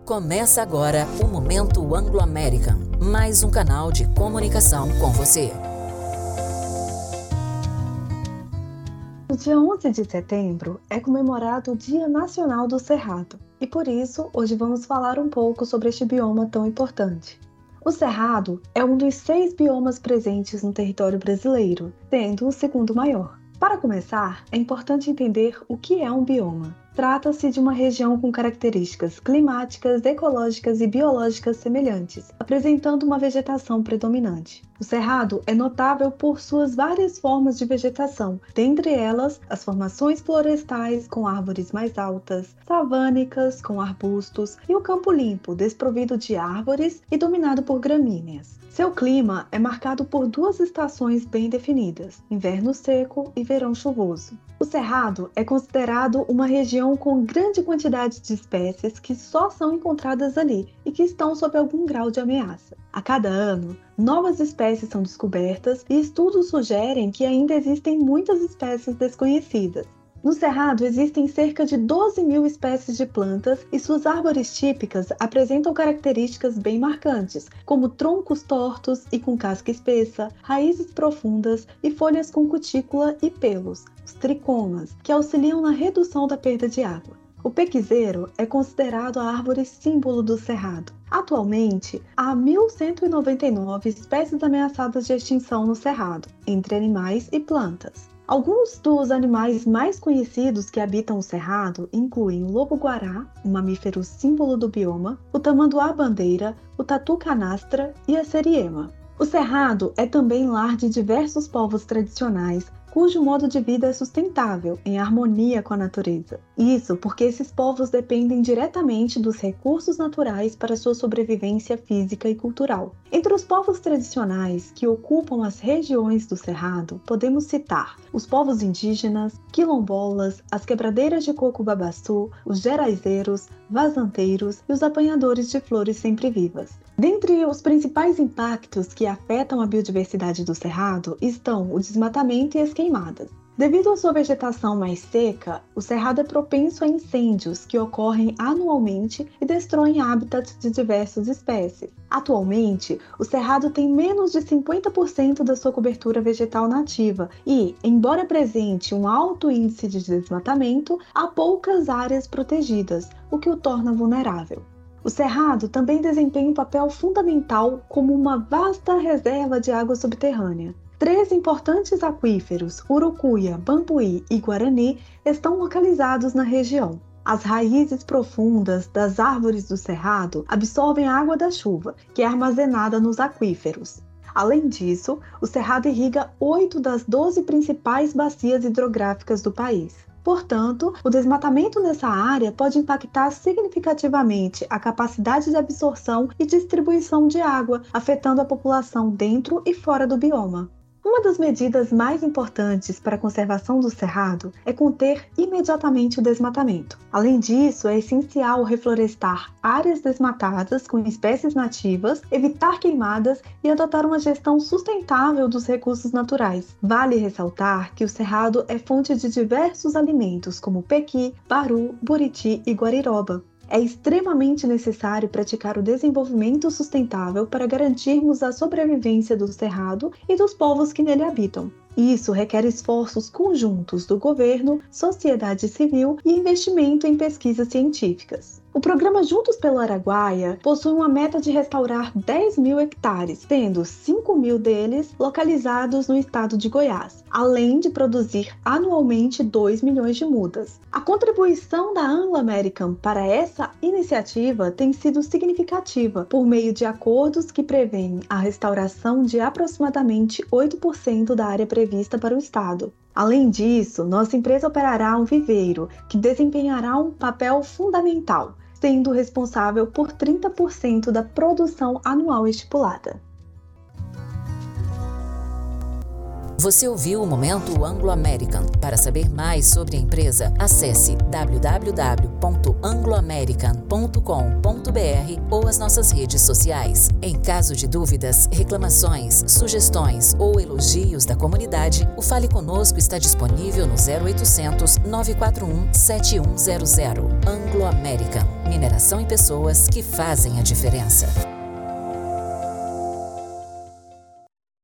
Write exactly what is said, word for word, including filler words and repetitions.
Começa agora o Momento Anglo-American, mais um canal de comunicação com você. No dia onze de setembro é comemorado o Dia Nacional do Cerrado, e por isso hoje vamos falar um pouco sobre este bioma tão importante. O Cerrado é um dos seis biomas presentes no território brasileiro, sendo o segundo maior. Para começar, é importante entender o que é um bioma. Trata-se de uma região com características climáticas, ecológicas e biológicas semelhantes, apresentando uma vegetação predominante. O Cerrado é notável por suas várias formas de vegetação, dentre elas as formações florestais com árvores mais altas, savânicas com arbustos e o campo limpo, desprovido de árvores e dominado por gramíneas. Seu clima é marcado por duas estações bem definidas, inverno seco e verão chuvoso. O Cerrado é considerado uma região com grande quantidade de espécies que só são encontradas ali e que estão sob algum grau de ameaça. A cada ano, novas espécies são descobertas e estudos sugerem que ainda existem muitas espécies desconhecidas. No Cerrado existem cerca de doze mil espécies de plantas e suas árvores típicas apresentam características bem marcantes, como troncos tortos e com casca espessa, raízes profundas e folhas com cutícula e pelos, os tricomas, que auxiliam na redução da perda de água. O pequizeiro é considerado a árvore símbolo do Cerrado. Atualmente, há mil cento e noventa e nove espécies ameaçadas de extinção no Cerrado, entre animais e plantas. Alguns dos animais mais conhecidos que habitam o Cerrado incluem o lobo-guará, um mamífero símbolo do bioma, o tamanduá-bandeira, o tatu-canastra e a seriema. O Cerrado é também lar de diversos povos tradicionais, cujo modo de vida é sustentável, em harmonia com a natureza. Isso porque esses povos dependem diretamente dos recursos naturais para sua sobrevivência física e cultural. Entre os povos tradicionais que ocupam as regiões do Cerrado, podemos citar os povos indígenas, quilombolas, as quebradeiras de coco-babaçu, os geraizeiros, vazanteiros e os apanhadores de flores sempre-vivas. Dentre os principais impactos que afetam a biodiversidade do Cerrado estão o desmatamento e as queimadas. Devido à sua vegetação mais seca, o Cerrado é propenso a incêndios que ocorrem anualmente e destroem hábitats de diversas espécies. Atualmente, o Cerrado tem menos de cinquenta por cento da sua cobertura vegetal nativa e, embora apresente um alto índice de desmatamento, há poucas áreas protegidas, o que o torna vulnerável. O Cerrado também desempenha um papel fundamental como uma vasta reserva de água subterrânea. Três importantes aquíferos, Urucuia, Bambuí e Guarani, estão localizados na região. As raízes profundas das árvores do Cerrado absorvem a água da chuva, que é armazenada nos aquíferos. Além disso, o Cerrado irriga oito das doze principais bacias hidrográficas do país. Portanto, o desmatamento nessa área pode impactar significativamente a capacidade de absorção e distribuição de água, afetando a população dentro e fora do bioma. Uma das medidas mais importantes para a conservação do Cerrado é conter imediatamente o desmatamento. Além disso, é essencial reflorestar áreas desmatadas com espécies nativas, evitar queimadas e adotar uma gestão sustentável dos recursos naturais. Vale ressaltar que o Cerrado é fonte de diversos alimentos como pequi, baru, buriti e guariroba. É extremamente necessário praticar o desenvolvimento sustentável para garantirmos a sobrevivência do Cerrado e dos povos que nele habitam. Isso requer esforços conjuntos do governo, sociedade civil e investimento em pesquisas científicas. O programa Juntos pelo Araguaia possui uma meta de restaurar dez mil hectares, tendo cinco mil deles localizados no estado de Goiás, além de produzir anualmente dois milhões de mudas. A contribuição da Anglo-American para essa iniciativa tem sido significativa, por meio de acordos que prevêem a restauração de aproximadamente oito por cento da área prevista para o estado. Além disso, nossa empresa operará um viveiro que desempenhará um papel fundamental, sendo responsável por trinta por cento da produção anual estipulada. Você ouviu o Momento Anglo-American. Para saber mais sobre a empresa, acesse w w w ponto anglo american ponto com ponto b r ou as nossas redes sociais. Em caso de dúvidas, reclamações, sugestões ou elogios da comunidade, o Fale Conosco está disponível no zero oitocentos, nove quatro um, sete um zero zero. Anglo American, mineração em pessoas que fazem a diferença.